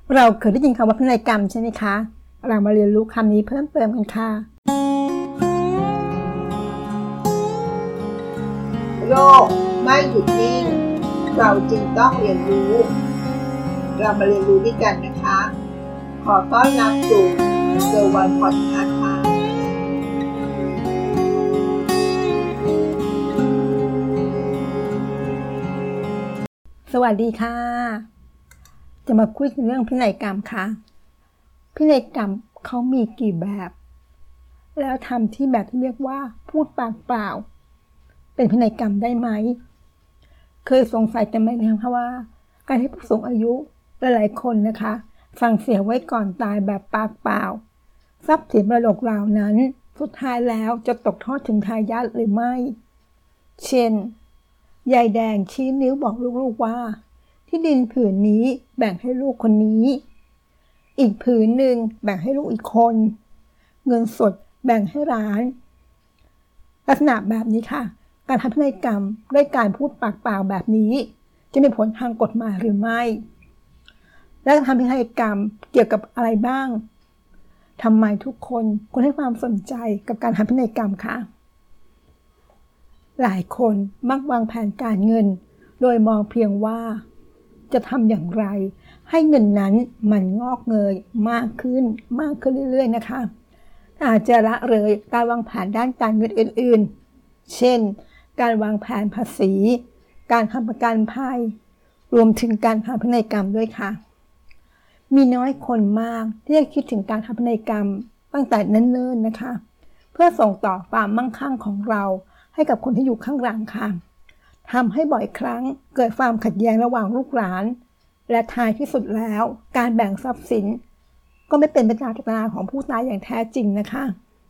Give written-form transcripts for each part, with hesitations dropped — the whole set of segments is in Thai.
เราเคยได้ยินคำว่าพินัยกรรมใช่ไหมคะเรามาเรียนรู้คำนี้เพิ่มเติมกันค่ะโลกไม่หยุดนิ่งเราจึงต้องเรียนรู้เรามาเรียนรู้ด้วยกันนะคะขอต้อนรับสู่เซอร์วันพอดคาสต์ค่ะสวัสดีค่ะจะมาคุยเรื่องพินัยกรรมค่ะพินัยกรรมเขามีกี่แบบแล้วทำที่แบบที่เรียกว่าพูดปากเปล่าเป็นพินัยกรรมได้ไหมเคยสงสัยกันไหมนะคะว่าการให้ผู้สูงอายุหลายๆคนนะคะสั่งเสียไว้ก่อนตายแบบปากเปล่าทรัพย์สินมรดกเหล่านั้นสุดท้ายแล้วจะตกทอดถึงทายาทหรือไม่เช่นยายแดงชี้นิ้วบอกลูกๆว่าที่ดินผืนนี้แบ่งให้ลูกคนนี้อีกผืนหนึ่งแบ่งให้ลูกอีกคนเงินสดแบ่งให้ร้านลักษณะแบบนี้ค่ะการทำพินัยกรรมด้วยการพูดปากเปล่าแบบนี้จะมีผลทางกฎหมายหรือไม่และการทำพินัยกรรมเกี่ยวกับอะไรบ้างทำไมทุกคนควรให้ความสนใจกับการทำพินัยกรรมคะหลายคนมักวางแผนการเงินโดยมองเพียงว่าจะทำอย่างไรให้เงินนั้นมันงอกเงยมากขึ้นเรื่อยๆนะคะอาจจะละเลยการวางแผนด้านการเงินอื่นๆเช่นการวางแผนภาษีการทำประกันภัยรวมถึงการทำพินัยกรรมด้วยค่ะมีน้อยคนมากที่จะคิดถึงการทำพินัยกรรมตั้งแต่เนิ่นๆนะคะเพื่อส่งต่อความมั่งคั่งของเราให้กับคนที่อยู่ข้างหลังค่ะทำให้บ่อยครั้งเกิดความขัดแย้งระหว่างลูกหลานและท้ายที่สุดแล้วการแบ่งทรัพย์สินก็ไม่เป็นไปตามเจตนาของผู้ตายอย่างแท้จริงนะคะ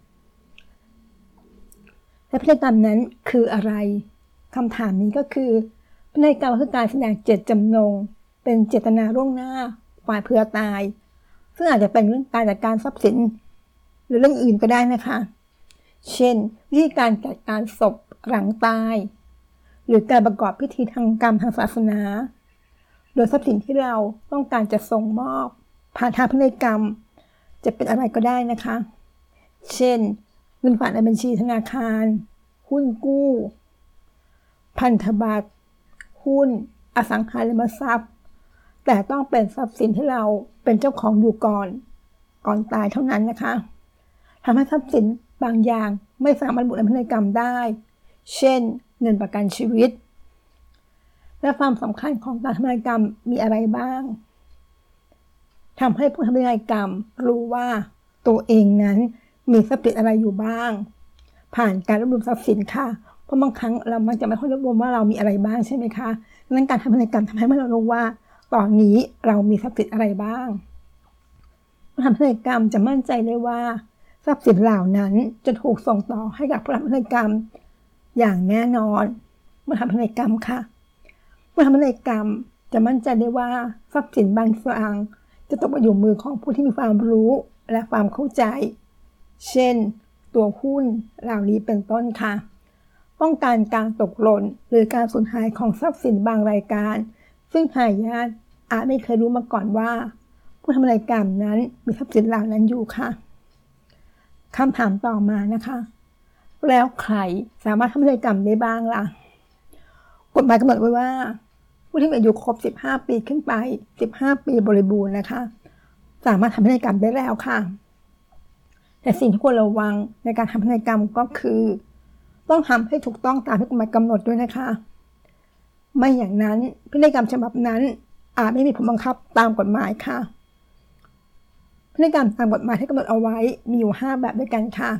และพินัยกรรมนั้นคืออะไรคำถามนี้ก็คือพินัยกรรมคือการแสดงเจตจำนงเป็นเจตนาล่วงหน้าฝ่ายเพื่อตายซึ่งอาจจะเป็นเรื่องการจัดการทรัพย์สินหรือเรื่องอื่นก็ได้นะคะเช่นวิธีการจัดการศพหลังตายหรือการประกอบพิธีทางกรรมทางศาสนาโดยทรัพย์สินที่เราต้องการจะส่งมอบผ่านทางพินัยกรรมจะเป็นอะไรก็ได้นะคะเช่นเงินฝากในบัญชีธนาคารหุ้นกู้พันธบัตรหุ้นอสังหาริมทรัพย์แต่ต้องเป็นทรัพย์สินที่เราเป็นเจ้าของอยู่ก่อนตายเท่านั้นนะคะทำให้ทรัพย์สินบางอย่างไม่สามารถระบุในพินัยกรรมได้เช่นเงินประกันชีวิตและความสำคัญของการทำพินัยกรรมมีอะไรบ้างทำให้ผู้ทำพินัยกรรมรู้ว่าตัวเองนั้นมีทรัพย์สินอะไรอยู่บ้างผ่านการรวบรวมทรัพย์สินค่ะเพราะบางครั้งเรามักจะไม่ค่อยรวบรวมว่าเรามีอะไรบ้างใช่ไหมคะดังนั้นการทำพินัยกรรมทำให้เรารู้ว่าตอนนี้เรามีทรัพย์สินอะไรบ้างผู้ทำพินัยกรรมจะมั่นใจได้ว่าทรัพย์สินเหล่านั้นจะถูกส่งต่อให้กับผู้ทำพินัยกรรมอย่างแน่นอนเมื่อทำพินัยกรรมค่ะเมื่อทำพินัยกรรมจะมั่นใจได้ว่าทรัพย์สินบางส่วนจะตกมาอยู่มือของผู้ที่มีความรู้และความเข้าใจเช่นตัวหุ้นเหล่านี้เป็นต้นค่ะป้องกันการตกหล่นหรือการสูญหายของทรัพย์สินบางรายการซึ่งทายาทอาจไม่เคยรู้มาก่อนว่าผู้ทำพินัยกรรมนั้นมีทรัพย์สินเหล่านั้นอยู่ค่ะคำถามต่อมานะคะแล้วใครสามารถทำพินัยกรรมได้บ้างล่ะกฎหมายกำหนดไว้ว่าผู้ที่มีอายุครบ15ปีขึ้นไป15ปีบริบูรณ์นะคะสามารถทำพินัยกรรมได้แล้วค่ะแต่สิ่งที่ควรระวังในการทำพินัยกรรมก็คือต้องทำให้ถูกต้องตามที่กฎหมายกำหนดด้วยนะคะไม่อย่างนั้นพินัยกรรมฉบับนั้นอาจไม่มีผลบังคับตามกฎหมายค่ะพินัยกรรมตามกฎหมายที่กำหนดเอาไว้มีอยู่5แบบด้วยกันค่ะ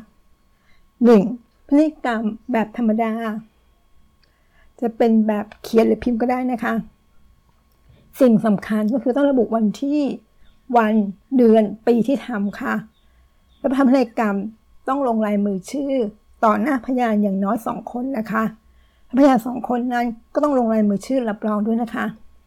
1. พินัยกรรมแบบธรรมดาจะเป็นแบบเขียนหรือพิมพ์ก็ได้นะคะสิ่งสำคัญก็คือต้องระบุวันที่วันเดือนปีที่ทำค่ะและผู้ทำพินัยกรรมต้องลงลายมือชื่อต่อหน้าพยานอย่างน้อย2คนนะคะพยาน2คนนั้นก็ต้องลงลายมือชื่อรับรองด้วยนะคะ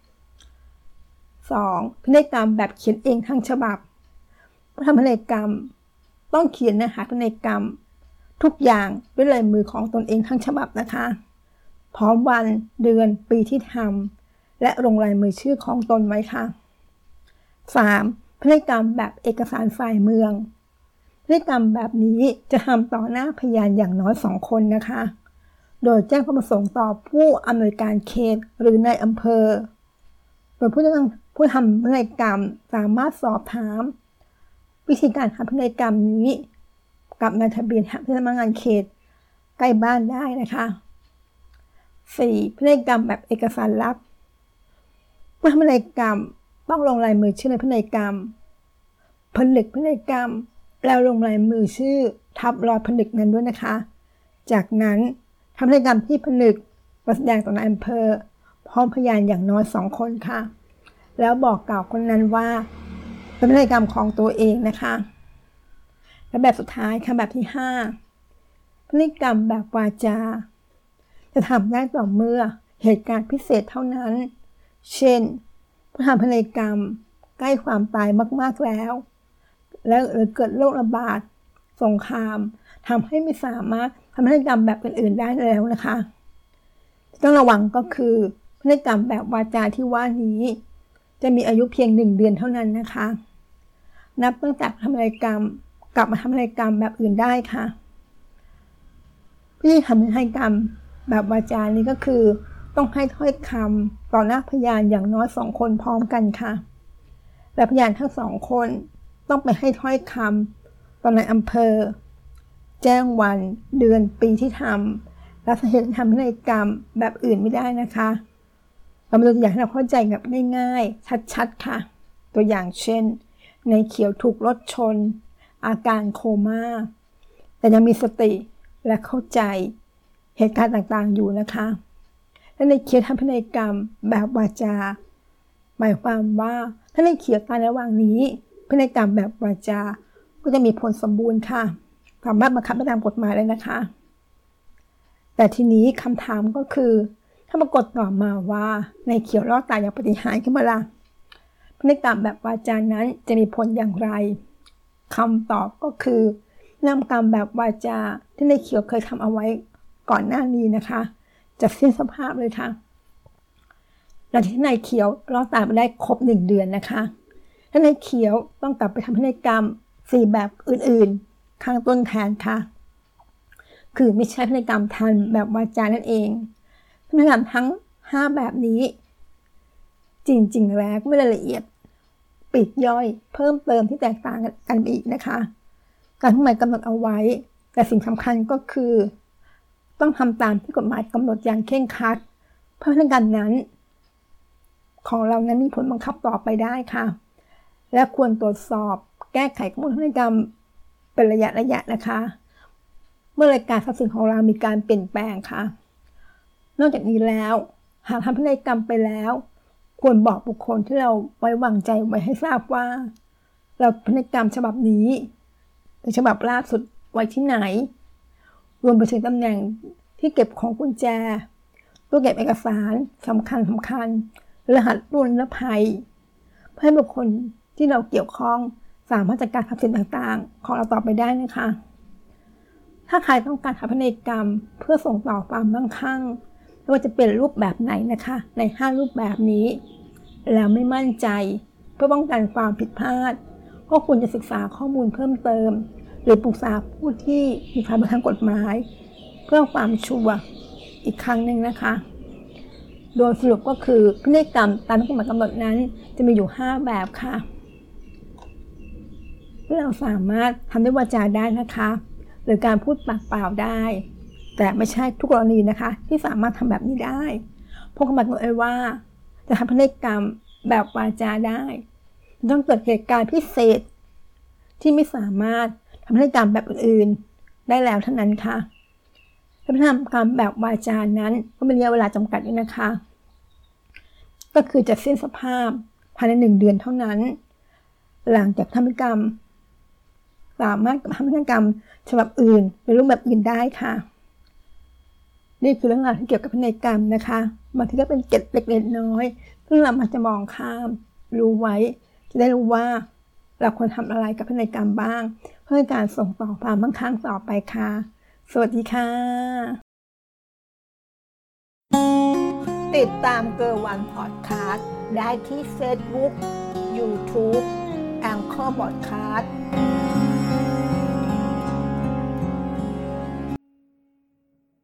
2. พินัยกรรมแบบเขียนเองทั้งฉบับผู้ทำพินัยกรรมต้องเขียนเนื้อหาพินัยกรรมทุกอย่างด้วยลายมือของตนเองทั้งฉบับนะคะพร้อมวันเดือนปีที่ทำและลงลายมือชื่อของตนไว้ค่ะ 3. พฤติกรรมแบบเอกสารฝ่ายเมืองพฤติกรรมแบบนี้จะทำต่อหน้าพยานอย่างน้อย2 คนนะคะโดยแจ้งความประสงค์ต่อผู้อำนวยการเขตหรือนายอำเภอโดยผู้ทำพฤติกรรมสามารถสอบถามวิธีการทำพฤติกรรมนี้กับนายทะเบียนที่สำนักงานเขตใกล้บ้านได้นะคะ 4. พฤติกรรมแบบเอกสารลับผู้ทำพฤติกรรมต้องลงลายมือชื่อในพฤติกรรมผลึกพฤติกรรมแล้วลงลายมือชื่อทับรอยผลึกนั้นด้วยนะคะจากนั้นทำพฤติกรรมที่ผลึกแสดงต่อนายอำเภอพร้อมพยานอย่างน้อย2 คนค่ะแล้วบอกกล่าวคนนั้นว่าเป็นพฤติกรรมของตัวเองนะคะและแบบสุดท้ายค่ะแบบที่ 5 พฤติกรรมแบบวาจาจะทำได้ต่อเมื่อเหตุการณ์พิเศษเท่านั้นเช่นผู้ทำพฤติกรรมใกล้ความตายมากๆแล้วหรือเกิดโรคระบาดสงครามทำให้ไม่สามารถทำพฤติกรรมแบบอื่นๆได้แล้วนะคะต้องระวังก็คือพฤติกรรมแบบวาจาที่ว่านี้จะมีอายุเพียง1 เดือนเท่านั้นนะคะนับตั้งแต่ทำพฤติกรรมกลับมาทำพฤติกรรมแบบอื่นได้ค่ะวิธีทำพฤติกรรมแบบวาจานี้ก็คือต้องให้ถ้อยคำต่อหน้าพยานอย่างน้อย2 คนพร้อมกันค่ะและพยานทั้ง2 คนต้องไปให้ถ้อยคำต่อนายอำเภอแจ้งวันเดือนปีที่ทำและสาเหตุที่ทำพฤติกรรมแบบอื่นไม่ได้นะคะเรามาดูตัวอย่างให้เราเข้าใจแบบง่ายๆชัดๆค่ะตัวอย่างเช่นในเขียวถูกรถชนอาการโคม่าแต่ยังมีสติและเข้าใจเหตุการณ์ต่างๆอยู่นะคะและในเขียวทำพฤติกรรมแบบวาจาหมายความว่าถ้าในเขียวตายระหว่างนี้พฤติกรรมแบบวาจาก็จะมีผลสมบูรณ์ค่ะสามารถบังคับได้ตามกฎหมายเลยนะคะแต่ทีนี้คำถามก็คือถ้าปรากฏต่อมาว่าในเขียวรอดตายอย่างปาฏิหาริย์ขึ้นมาล่ะพฤติกรรมแบบวาจานั้นจะมีผลอย่างไรคำตอบก็คือนำกรรมแบบวาจาที่ในเขียวเคยทำเอาไว้ก่อนหน้านี้นะคะจะสิ้นสภาพเลยค่ะหลังจากที่นายเขียวรอดตายมาได้ครบ1 เดือนนะคะและนายเขียวต้องกลับไปทำพฤติกรรม4 แบบอื่นๆข้างต้นแทนค่ะคือไม่ใช่พฤติกรรมทันแบบวาจานั่นเองพฤติกรรมทั้ง5 แบบนี้จริงๆแล้วไม่ได้ละเอียดปลีกย่อยเพิ่มเติมที่แตกต่างกันอีกนะคะการที่หมายกำหนดเอาไว้แต่สิ่งสำคัญก็คือต้องทำตามที่กฎหมายกำหนดอย่างเคร่งครัดเพื่อพฤติกรรมนั้นของเรานั้นมีผลบังคับต่อไปได้ค่ะและควรตรวจสอบแก้ไขข้อมูลพฤติกรรมเป็นระยะนะคะเมื่อรายการทรัพย์สินของเรามีการเปลี่ยนแปลงค่ะนอกจากนี้แล้วหากทำพฤติกรรมไปแล้วควรบอกบุคคลที่เราไว้วางใจไว้ให้ทราบว่าเราพฤติกรรมฉบับนี้หรือฉบับล่าสุดไว้ที่ไหนรวมไปถึงตำแหน่งที่เก็บของกุญแจตู้เก็บเอกสารสำคัญรหัสรุ่นและภัยเพื่อให้บุคคลที่เราเกี่ยวข้องสามารถจัดการทรัพย์สินต่างๆของเราต่อไปได้นะคะถ้าใครต้องการทำพฤติกรรมเพื่อส่งต่อความมั่งคั่งไม่ว่าจะเป็นรูปแบบไหนนะคะใน5 รูปแบบนี้แล้วไม่มั่นใจเพื่อป้องกันความผิดพลาดก็ควรจะศึกษาข้อมูลเพิ่มเติมหรือปรึกษาผู้ที่มีความรู้ทางกฎหมายเพื่อความชัวร์อีกครั้งหนึ่งนะคะโดยสรุปก็คือพฤติกรรมตามที่กฎหมายกำหนดนั้นจะมีอยู่5 แบบค่ะที่เราสามารถทำด้วยวาจาได้นะคะหรือการพูดปากเปล่าได้แต่ไม่ใช่ทุกกรณีนะคะที่สามารถทำแบบนี้ได้เพราะกฎหมายกำหนดไว้ว่าจะทำพฤติกรรมแบบวาจาได้ต้องเกิดเหตุการณ์พิเศษที่ไม่สามารถทำพฤติกรรมแบบอื่นๆได้แล้วเท่านั้นค่ะการทำกรรมแบบวาจานั้นก็มีระยะเวลาจำกัดด้วยนะคะก็คือจะสิ้นสภาพภายใน1 เดือนเท่านั้นหลังจากทำพฤติกรรมสามารถทำพฤติกรรมฉบับอื่นหรือรูปแบบอื่นได้ค่ะนี่คือเรื่องราวที่เกี่ยวกับพฤติกรรมนะคะบางทีก็เป็นเกร็ดเล็กๆน้อยๆซึ่งเรามักจะมองข้ามรู้ไว้จะได้รู้ว่าเราควรทำอะไรกับพฤติกรรมบ้างเพื่อการส่งต่อความมั่งคั่งต่อไปค่ะสวัสดีค่ะติดตามเกอร์วันพอดคาสต์ได้ที่ Facebook YouTube Anchor Podcast